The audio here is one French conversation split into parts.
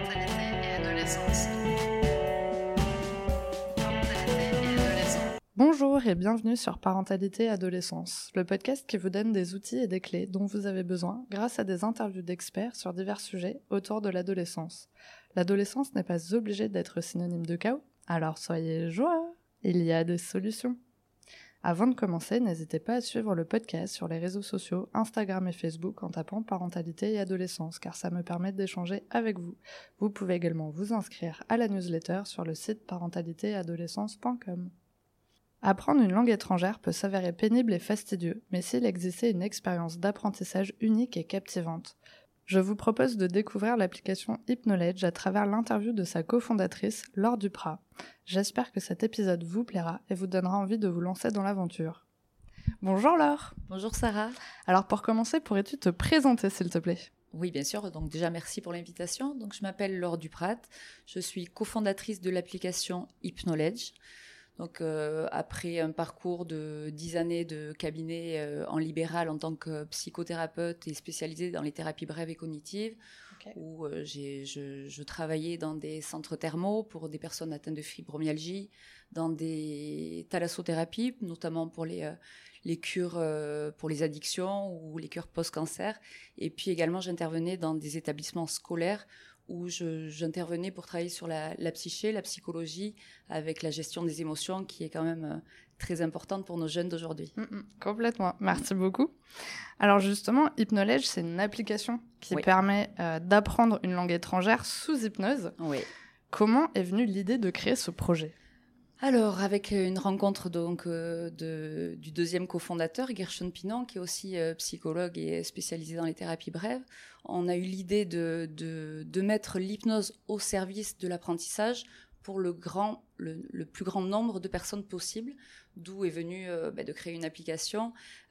Parentalité et adolescence. Bonjour et bienvenue sur Parentalité et adolescence, le podcast qui vous donne des outils et des clés dont vous avez besoin grâce à des interviews d'experts sur divers sujets autour de l'adolescence. L'adolescence n'est pas obligée d'être synonyme de chaos, alors soyez joie, il y a des solutions. Avant de commencer, n'hésitez pas à suivre le podcast sur les réseaux sociaux, Instagram et Facebook en tapant Parentalité et adolescence, car ça me permet d'échanger avec vous. Vous pouvez également vous inscrire à la newsletter sur le site parentalitéadolescence.com. Apprendre une langue étrangère peut s'avérer pénible et fastidieux, mais s'il existait une expérience d'apprentissage unique et captivante. Je vous propose de découvrir l'application Hypnoledge à travers l'interview de sa cofondatrice, Laure Duprat. J'espère que cet épisode vous plaira et vous donnera envie de vous lancer dans l'aventure. Bonjour Laure. Bonjour Sarah. Alors pour commencer, pourrais-tu te présenter s'il te plaît ? Oui, bien sûr. Donc déjà, merci pour l'invitation. Donc je m'appelle Laure Duprat. Je suis cofondatrice de l'application Hypnoledge. Donc après un parcours de 10 années de cabinet en libéral en tant que psychothérapeute et spécialisée dans les thérapies brèves et cognitives, où je travaillais dans des centres thermaux pour des personnes atteintes de fibromyalgie, dans des thalassothérapies, notamment pour les cures pour les addictions ou les cures post-cancer. Et puis également, j'intervenais dans des établissements scolaires où j'intervenais pour travailler sur la psyché, la psychologie, avec la gestion des émotions, qui est quand même très importante pour nos jeunes d'aujourd'hui. Complètement, merci beaucoup. Alors justement, Hypnoledge, c'est une application qui permet d'apprendre une langue étrangère sous hypnose. Oui. Comment est venue l'idée de créer ce projet ? Alors, avec une rencontre donc du deuxième cofondateur, Gershon Pinon, qui est aussi psychologue et spécialisé dans les thérapies brèves, on a eu l'idée de mettre l'hypnose au service de l'apprentissage pour le plus grand nombre de personnes possible, d'où est venue de créer une application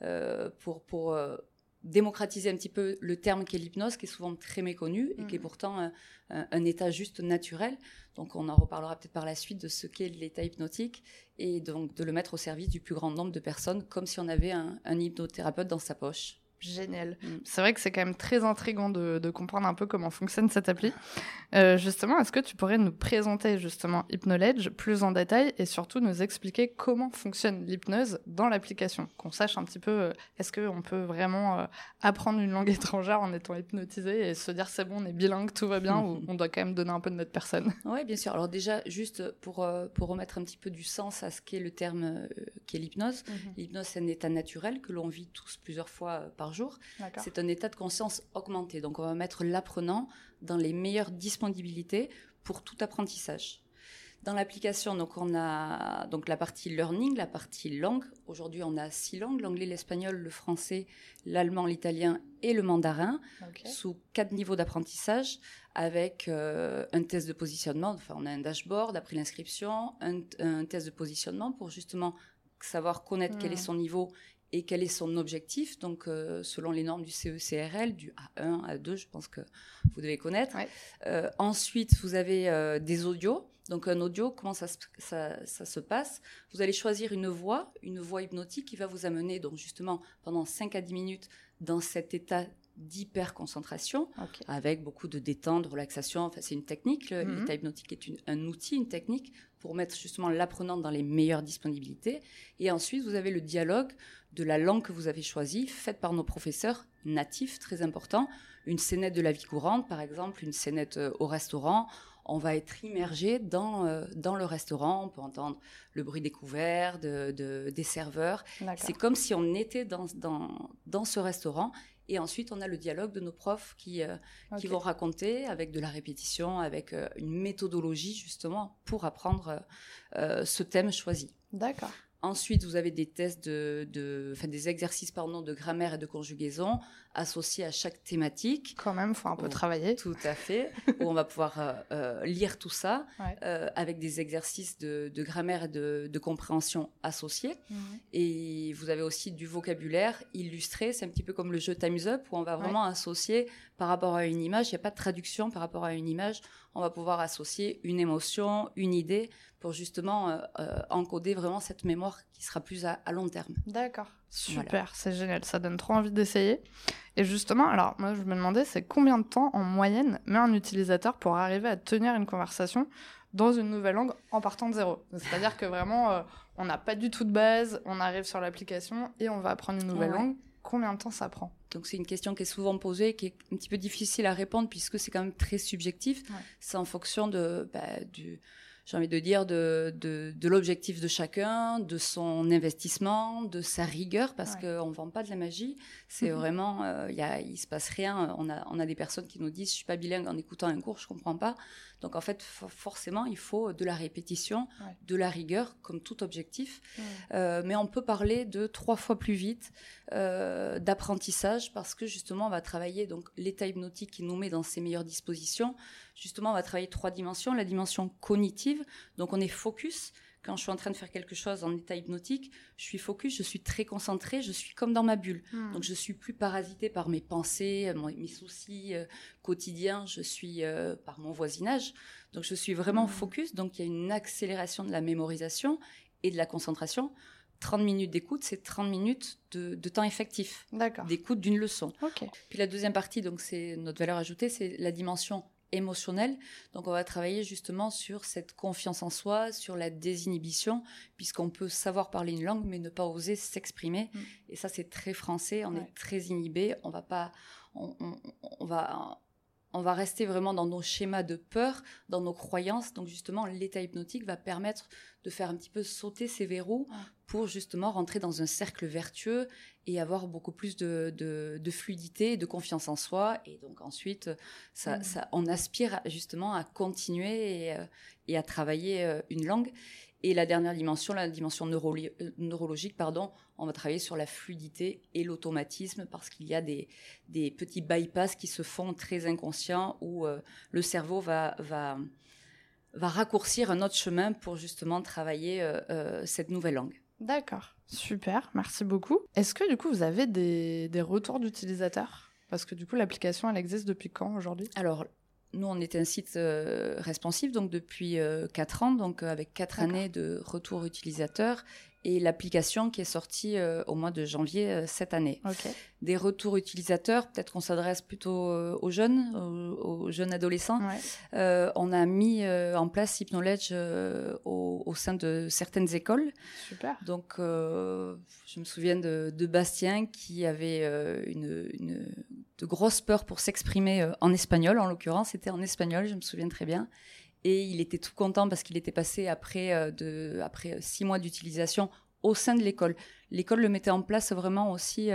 pour démocratiser un petit peu le terme qu'est l'hypnose, qui est souvent très méconnu et qui est pourtant un état juste naturel. Donc on en reparlera peut-être par la suite de ce qu'est l'état hypnotique et donc de le mettre au service du plus grand nombre de personnes, comme si on avait un hypnothérapeute dans sa poche. Génial. C'est vrai que c'est quand même très intriguant de comprendre un peu comment fonctionne cette appli. Justement, est-ce que tu pourrais nous présenter justement Hypnoledge plus en détail et surtout nous expliquer comment fonctionne l'hypnose dans l'application, qu'on sache un petit peu est-ce qu'on peut vraiment apprendre une langue étrangère en étant hypnotisé et se dire c'est bon, on est bilingue, tout va bien, ou on doit quand même donner un peu de notre personne. Oui, bien sûr. Alors déjà, juste pour remettre un petit peu du sens à ce qu'est le terme qu'est l'hypnose. L'hypnose, c'est un état naturel que l'on vit tous plusieurs fois par jour. D'accord. C'est un état de conscience augmenté. Donc, on va mettre l'apprenant dans les meilleures disponibilités pour tout apprentissage. Dans l'application, donc, on a donc la partie learning, la partie langue. Aujourd'hui, on a 6 langues, l'anglais, l'espagnol, le français, l'allemand, l'italien et le mandarin, sous 4 niveaux d'apprentissage, avec un test de positionnement. Enfin, on a un dashboard après l'inscription, un test de positionnement pour justement savoir connaître quel est son niveau et quel est son objectif, donc selon les normes du CE-CRL, du A1, A2, je pense que vous devez connaître. Ouais. Ensuite, vous avez des audios. Donc un audio, comment ça se passe ? Vous allez choisir une voix hypnotique qui va vous amener donc justement pendant 5 à 10 minutes dans cet état d'hyper-concentration, avec beaucoup de détente, de relaxation. Enfin, c'est une technique. L'état hypnotique est un outil, une technique pour mettre justement l'apprenant dans les meilleures disponibilités. Et ensuite, vous avez le dialogue de la langue que vous avez choisie, faite par nos professeurs natifs, très important. Une scénette de la vie courante, par exemple, une scénette au restaurant. On va être immergé dans le restaurant. On peut entendre le bruit des couverts, des serveurs. D'accord. C'est comme si on était dans ce restaurant. Et ensuite, on a le dialogue de nos profs qui vont raconter avec de la répétition, avec une méthodologie justement pour apprendre ce thème choisi. D'accord. Ensuite, vous avez des tests des exercices de grammaire et de conjugaison associés à chaque thématique. Quand même, il faut un peu travailler. Tout à fait. Où on va pouvoir lire tout ça avec des exercices de grammaire et de compréhension associés. Et vous avez aussi du vocabulaire illustré. C'est un petit peu comme le jeu Time's Up où on va vraiment associer par rapport à une image. Il n'y a pas de traduction par rapport à une image. On va pouvoir associer une émotion, une idée pour justement encoder vraiment cette mémoire qui sera plus à long terme. D'accord, super, Voilà. c'est génial, ça donne trop envie d'essayer. Et justement, alors moi je me demandais, c'est combien de temps en moyenne met un utilisateur pour arriver à tenir une conversation dans une nouvelle langue en partant de zéro? C'est-à-dire que vraiment, on n'a pas du tout de base, on arrive sur l'application et on va apprendre une nouvelle langue. Combien de temps ça prend? Donc c'est une question qui est souvent posée, qui est un petit peu difficile à répondre puisque c'est quand même très subjectif. Ouais. C'est en fonction j'ai envie de dire, de l'objectif de chacun, de son investissement, de sa rigueur, parce qu'on ne vend pas de la magie. C'est vraiment, il se passe rien. On a des personnes qui nous disent, je suis pas bilingue en écoutant un cours, je comprends pas. Donc en fait, forcément, il faut de la répétition, de la rigueur, comme tout objectif. Mais on peut parler de 3 fois plus vite d'apprentissage, parce que justement, on va travailler donc l'état hypnotique qui nous met dans ses meilleures dispositions. Justement, on va travailler 3 dimensions. La dimension cognitive, donc on est focus. Quand je suis en train de faire quelque chose en état hypnotique, je suis focus, je suis très concentrée, je suis comme dans ma bulle. Donc je suis plus parasitée par mes pensées, mes soucis quotidiens, je suis par mon voisinage. Donc je suis vraiment focus, donc il y a une accélération de la mémorisation et de la concentration. 30 minutes d'écoute, c'est 30 minutes de temps effectif, d'écoute d'une leçon. Okay. Puis la deuxième partie, donc c'est notre valeur ajoutée, c'est la dimension émotionnelle. Donc on va travailler justement sur cette confiance en soi, sur la désinhibition, puisqu'on peut savoir parler une langue mais ne pas oser s'exprimer. Et ça c'est très français, on est très inhibé, on va rester vraiment dans nos schémas de peur, dans nos croyances. Donc justement, l'état hypnotique va permettre de faire un petit peu sauter ces verrous pour justement rentrer dans un cercle vertueux et avoir beaucoup plus de fluidité, de confiance en soi. Et donc ensuite, on aspire justement à continuer et à travailler une langue. Et la dernière dimension, la dimension neurologique, on va travailler sur la fluidité et l'automatisme, parce qu'il y a des petits bypass qui se font très inconscients où le cerveau va raccourcir un autre chemin pour justement travailler cette nouvelle langue. D'accord, super, merci beaucoup. Est-ce que du coup vous avez des retours d'utilisateurs? Parce que du coup l'application elle existe depuis quand aujourd'hui? Alors, nous, on était un site responsive, donc depuis 4 ans, donc avec 4 années de retour utilisateur, et l'application qui est sortie au mois de janvier cette année. Okay. Des retours utilisateurs, peut-être qu'on s'adresse plutôt aux jeunes adolescents. On a mis en place Hypnoledge au sein de certaines écoles. Super. Donc, je me souviens de Bastien qui avait de grosses peurs pour s'exprimer en espagnol, en l'occurrence, c'était en espagnol, je me souviens très bien. Et il était tout content parce qu'il était passé après 6 mois d'utilisation au sein de l'école. L'école le mettait en place vraiment aussi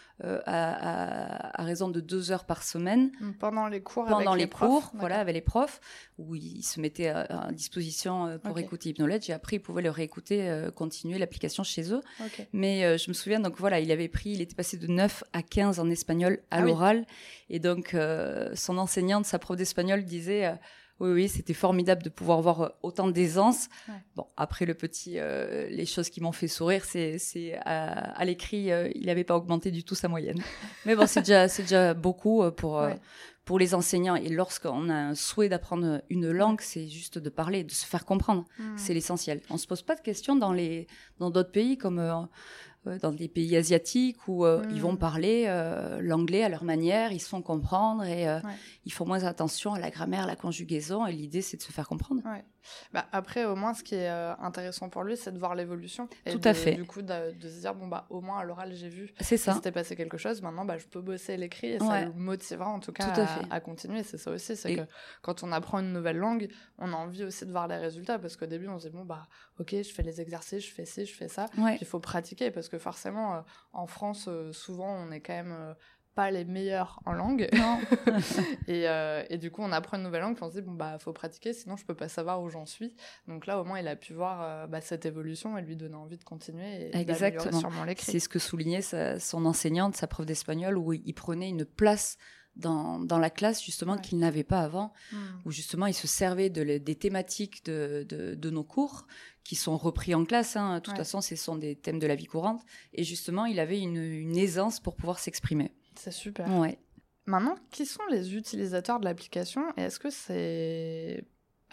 à raison de 2 heures par semaine. Pendant les cours, avec les profs, où ils se mettaient à disposition pour écouter Hypnoledge, et après ils pouvaient le réécouter, continuer l'application chez eux. Okay. Mais je me souviens, donc voilà, il était passé de 9 à 15 en espagnol à l'oral, et donc son enseignante, sa prof d'espagnol disait... Oui, c'était formidable de pouvoir voir autant d'aisance. Bon, après les choses qui m'ont fait sourire, c'est à l'écrit, il n'avait pas augmenté du tout sa moyenne. Mais bon, c'est déjà beaucoup pour les enseignants. Et lorsqu'on a un souhait d'apprendre une langue, c'est juste de parler, de se faire comprendre. C'est l'essentiel. On se pose pas de questions dans d'autres pays comme dans des pays asiatiques où ils vont parler l'anglais à leur manière, ils se font comprendre et ils font moins attention à la grammaire, à la conjugaison, et l'idée c'est de se faire comprendre. Bah, après, au moins, ce qui est intéressant pour lui, c'est de voir l'évolution. Tout à fait. Du coup, de se dire, au moins à l'oral, j'ai vu qu'il s'était passé quelque chose. Maintenant, je peux bosser l'écrit et ça le motivera en tout cas à continuer. C'est ça aussi, c'est que quand on apprend une nouvelle langue, on a envie aussi de voir les résultats, parce qu'au début, on se dit, ok, je fais les exercices, je fais ci, je fais ça. Puis il faut pratiquer, parce que forcément, en France, souvent, on est quand même... pas les meilleurs en langue. Non. et du coup, on apprend une nouvelle langue, puis on se dit, faut pratiquer, sinon je peux pas savoir où j'en suis. Donc là, au moins, il a pu voir cette évolution et lui donner envie de continuer et d'améliorer sûrement l'écrit. C'est ce que soulignait son enseignante, sa prof d'espagnol, où il prenait une place dans la classe, justement, qu'il n'avait pas avant, où justement, il se servait des thématiques de nos cours, qui sont repris en classe. De toute façon, ce sont des thèmes de la vie courante. Et justement, il avait une aisance pour pouvoir s'exprimer. C'est super. Ouais. Maintenant, qui sont les utilisateurs de l'application et est-ce que c'est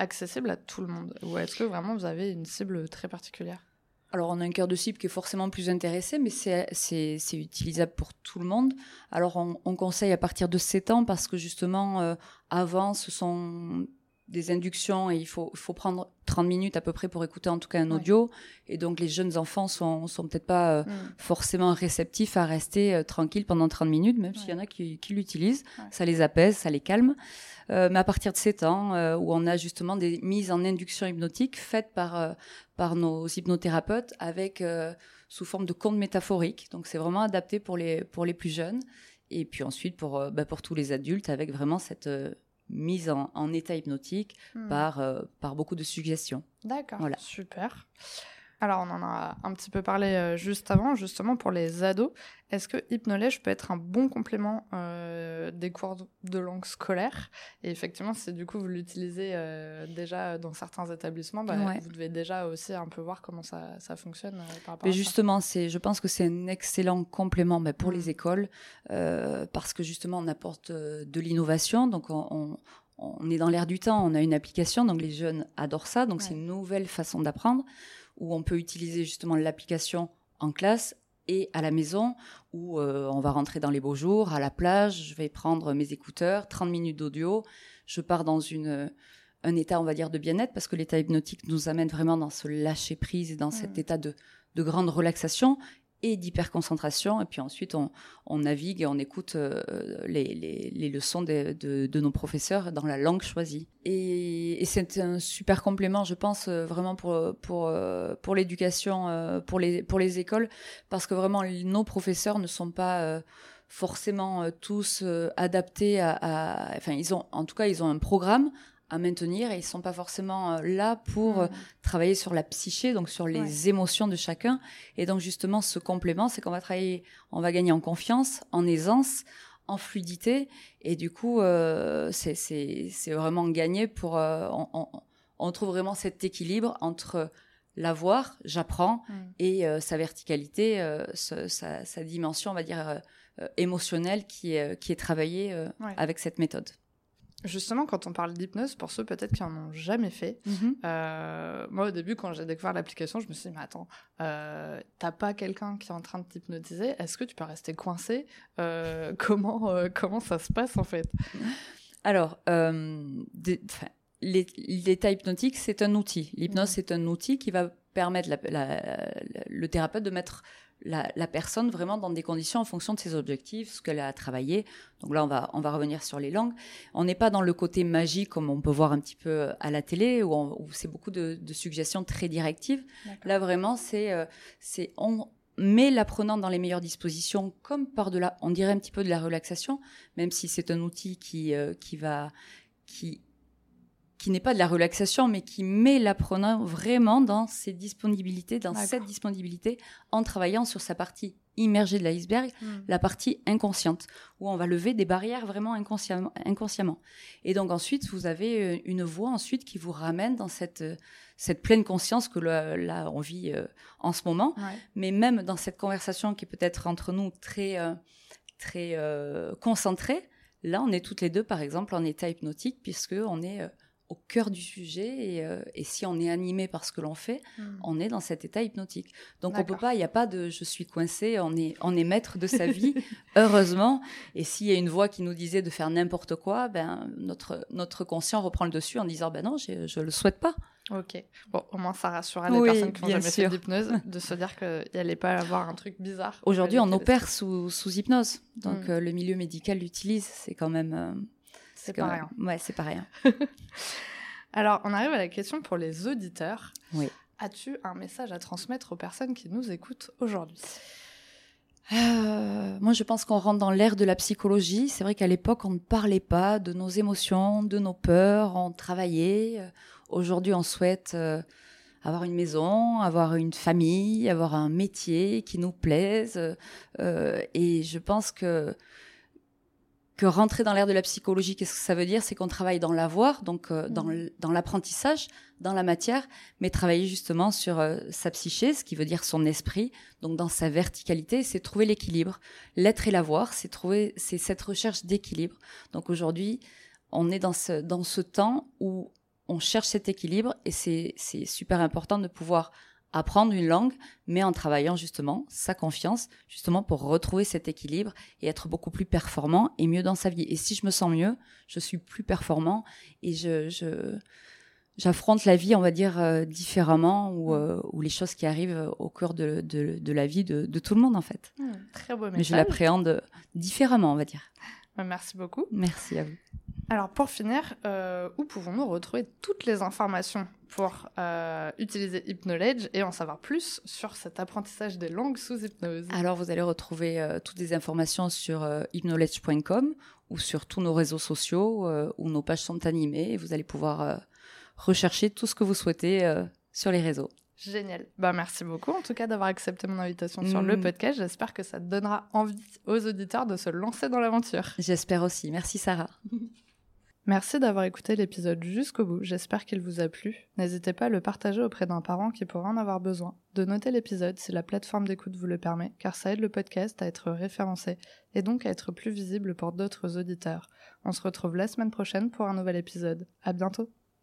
accessible à tout le monde? Ou est-ce que vraiment vous avez une cible très particulière? Alors, on a un cœur de cible qui est forcément plus intéressé, mais c'est utilisable pour tout le monde. Alors, on conseille à partir de 7 ans parce que justement, avant, ce sont des inductions et il faut prendre 30 minutes à peu près pour écouter en tout cas un audio. Et donc, les jeunes enfants sont peut-être pas forcément réceptifs à rester tranquilles pendant 30 minutes, même s'il y en a qui l'utilisent. Ouais. Ça les apaise, ça les calme. Mais à partir de 7 ans, où on a justement des mises en induction hypnotique faites par nos hypnothérapeutes avec sous forme de contes métaphoriques. Donc, c'est vraiment adapté pour les plus jeunes. Et puis ensuite, pour tous les adultes, avec vraiment cette mise en état hypnotique par beaucoup de suggestions. D'accord, voilà. Super. Alors, on en a un petit peu parlé juste avant, justement pour les ados. Est-ce que Hypnolège peut être un bon complément des cours de langue scolaire? Et effectivement, si du coup vous l'utilisez déjà dans certains établissements, vous devez déjà aussi un peu voir comment ça fonctionne par rapport à justement, je pense que c'est un excellent complément pour les écoles parce que justement, on apporte de l'innovation. Donc, on est dans l'air du temps, on a une application, donc les jeunes adorent ça. Donc, c'est une nouvelle façon d'apprendre, où on peut utiliser justement l'application en classe et à la maison, où on va rentrer dans les beaux jours, à la plage, je vais prendre mes écouteurs, 30 minutes d'audio, je pars dans un état, on va dire, de bien-être, parce que l'état hypnotique nous amène vraiment dans ce lâcher-prise et dans cet état de grande relaxation et d'hyperconcentration. Et puis ensuite, on navigue et on écoute les leçons de nos professeurs dans la langue choisie. Et c'est un super complément, je pense, vraiment pour l'éducation, pour les écoles, parce que vraiment, nos professeurs ne sont pas forcément tous adaptés enfin, ils ont un programme à maintenir et ils sont pas forcément là pour travailler sur la psyché, donc sur les émotions de chacun. Et donc justement, ce complément, c'est qu'on va gagner en confiance, en aisance, en fluidité, et du coup, c'est vraiment gagné pour. On trouve vraiment cet équilibre entre l'avoir, j'apprends, et sa verticalité, sa dimension, on va dire émotionnelle, qui est travaillée avec cette méthode. Justement, quand on parle d'hypnose, pour ceux peut-être qui en ont jamais fait, moi au début, quand j'ai découvert l'application, je me suis dit, mais attends, t'as pas quelqu'un qui est en train de t'hypnotiser, est-ce que tu peux rester coincé? Comment ça se passe en fait? Alors, l'état hypnotique, c'est un outil. L'hypnose, c'est un outil qui va permettre le thérapeute de mettre la personne vraiment dans des conditions en fonction de ses objectifs, ce qu'elle a travaillé. Donc là, on va revenir sur les langues. On n'est pas dans le côté magique comme on peut voir un petit peu à la télé, où c'est beaucoup de suggestions très directives. D'accord. Là, vraiment, on met l'apprenant dans les meilleures dispositions, comme on dirait un petit peu de la relaxation, même si c'est un outil qui n'est pas de la relaxation, mais qui met l'apprenant vraiment dans ses disponibilités, dans cette disponibilité, en travaillant sur sa partie immergée de l'iceberg, la partie inconsciente, où on va lever des barrières vraiment inconsciemment. Et donc ensuite, vous avez une voix ensuite qui vous ramène dans cette pleine conscience que là on vit en ce moment. Ouais. Mais même dans cette conversation qui est peut-être entre nous très concentrée, là on est toutes les deux, par exemple, en état hypnotique, puisque on est au cœur du sujet et si on est animé par ce que l'on fait, on est dans cet état hypnotique. Donc on peut pas, il n'y a pas de je suis coincé, on est maître de sa vie, heureusement. Et s'il y a une voix qui nous disait de faire n'importe quoi, notre conscient reprend le dessus en disant non, je le souhaite pas. Ok, bon, au moins ça rassurera les personnes qui n'ont jamais fait d'hypnose de se dire qu'il n'allait pas avoir un truc bizarre. Aujourd'hui, on opère sous hypnose, donc le milieu médical l'utilise, c'est quand même... C'est pas rien. Ouais, c'est pas rien. Alors, on arrive à la question pour les auditeurs. Oui. As-tu un message à transmettre aux personnes qui nous écoutent aujourd'hui? Moi, je pense qu'on rentre dans l'ère de la psychologie. C'est vrai qu'à l'époque, on ne parlait pas de nos émotions, de nos peurs, on travaillait. Aujourd'hui, on souhaite avoir une maison, avoir une famille, avoir un métier qui nous plaise. Et je pense que rentrer dans l'ère de la psychologie, qu'est-ce que ça veut dire? C'est qu'on travaille dans l'avoir, donc dans l'apprentissage, dans la matière, mais travailler justement sur sa psyché, ce qui veut dire son esprit, donc dans sa verticalité, c'est trouver l'équilibre. L'être et l'avoir, c'est cette recherche d'équilibre. Donc aujourd'hui, on est dans ce temps où on cherche cet équilibre et c'est super important de pouvoir apprendre une langue, mais en travaillant justement sa confiance, justement pour retrouver cet équilibre et être beaucoup plus performant et mieux dans sa vie. Et si je me sens mieux, je suis plus performant et j'affronte la vie, on va dire, différemment ou les choses qui arrivent au cœur de la vie de tout le monde, en fait. Très beau message. Mais je l'appréhende différemment, on va dire. Merci beaucoup. Merci à vous. Alors, pour finir, où pouvons-nous retrouver toutes les informations pour utiliser HypKnowledge et en savoir plus sur cet apprentissage des langues sous hypnose? Alors, vous allez retrouver toutes les informations sur hypknowledge.com ou sur tous nos réseaux sociaux où nos pages sont animées et vous allez pouvoir rechercher tout ce que vous souhaitez sur les réseaux. Génial. Merci beaucoup en tout cas d'avoir accepté mon invitation sur le podcast. J'espère que ça donnera envie aux auditeurs de se lancer dans l'aventure. J'espère aussi. Merci Sarah. Merci d'avoir écouté l'épisode jusqu'au bout, j'espère qu'il vous a plu. N'hésitez pas à le partager auprès d'un parent qui pourrait en avoir besoin. De noter l'épisode si la plateforme d'écoute vous le permet, car ça aide le podcast à être référencé et donc à être plus visible pour d'autres auditeurs. On se retrouve la semaine prochaine pour un nouvel épisode. À bientôt.